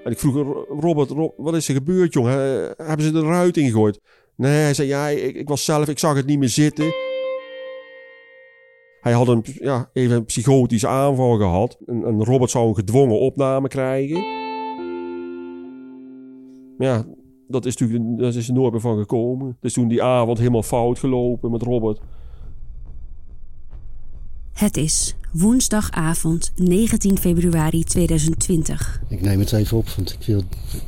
En ik vroeg, Robert, wat is er gebeurd, jongen? Hebben ze de ruit ingegooid? Nee, hij zei, ja, ik zag het niet meer zitten. Hij had even een psychotische aanval gehad. En Robert zou een gedwongen opname krijgen. Maar ja, dat is er nooit meer van gekomen. Dus toen die avond helemaal fout gelopen met Robert. Het is woensdagavond 19 februari 2020. Ik neem het even op, want ik wil...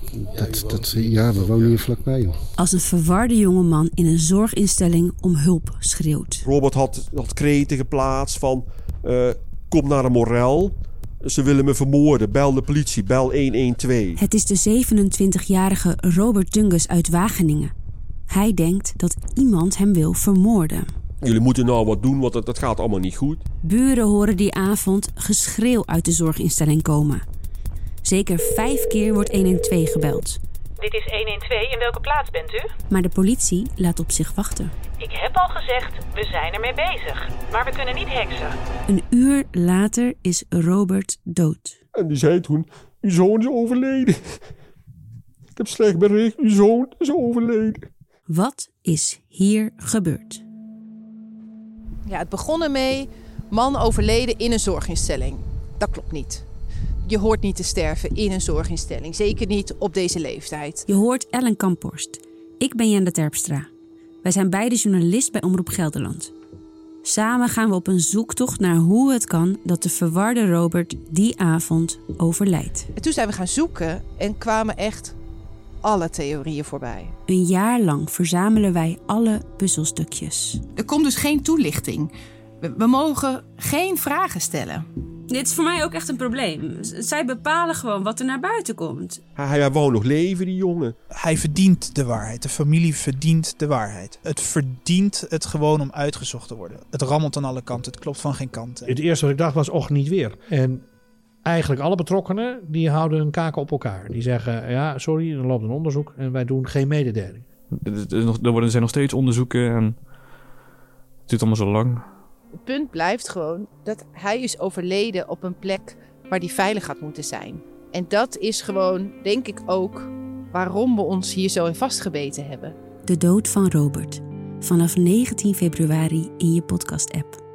we wonen hier vlakbij, joh. Als een verwarde jongeman in een zorginstelling om hulp schreeuwt. Robert had kreten geplaatst van... kom naar de Morel. Ze willen me vermoorden. Bel de politie. Bel 112. Het is de 27-jarige Robert Dungus uit Wageningen. Hij denkt dat iemand hem wil vermoorden. Jullie moeten nou wat doen, want dat gaat allemaal niet goed. Buren horen die avond geschreeuw uit de zorginstelling komen. Zeker 5 keer wordt 112 gebeld. Dit is 112, in welke plaats bent u? Maar de politie laat op zich wachten. Ik heb al gezegd, we zijn ermee bezig. Maar we kunnen niet heksen. Een uur later is Robert dood. En die zei toen, uw zoon is overleden. Ik heb slecht bericht, uw zoon is overleden. Wat is hier gebeurd? Ja, het begon ermee, man overleden in een zorginstelling. Dat klopt niet. Je hoort niet te sterven in een zorginstelling. Zeker niet op deze leeftijd. Je hoort Ellen Kamphorst. Ik ben Jenda Terpstra. Wij zijn beide journalist bij Omroep Gelderland. Samen gaan we op een zoektocht naar hoe het kan dat de verwarde Robert die avond overlijdt. En toen zijn we gaan zoeken en kwamen echt alle theorieën voorbij. Een jaar lang verzamelen wij alle puzzelstukjes. Er komt dus geen toelichting. We mogen geen vragen stellen. Dit is voor mij ook echt een probleem. Zij bepalen gewoon wat er naar buiten komt. Hij wou nog leven, die jongen. Hij verdient de waarheid. De familie verdient de waarheid. Het verdient het gewoon om uitgezocht te worden. Het rammelt aan alle kanten. Het klopt van geen kant. Het eerste wat ik dacht was, och, niet weer. En eigenlijk alle betrokkenen, die houden hun kaken op elkaar. Die zeggen, ja, sorry, er loopt een onderzoek en wij doen geen mededeling. Er zijn nog steeds onderzoeken en het duurt allemaal zo lang. Het punt blijft gewoon dat hij is overleden op een plek waar hij veilig had moeten zijn. En dat is gewoon, denk ik ook, waarom we ons hier zo in vastgebeten hebben. De dood van Robert. Vanaf 19 februari in je podcast-app.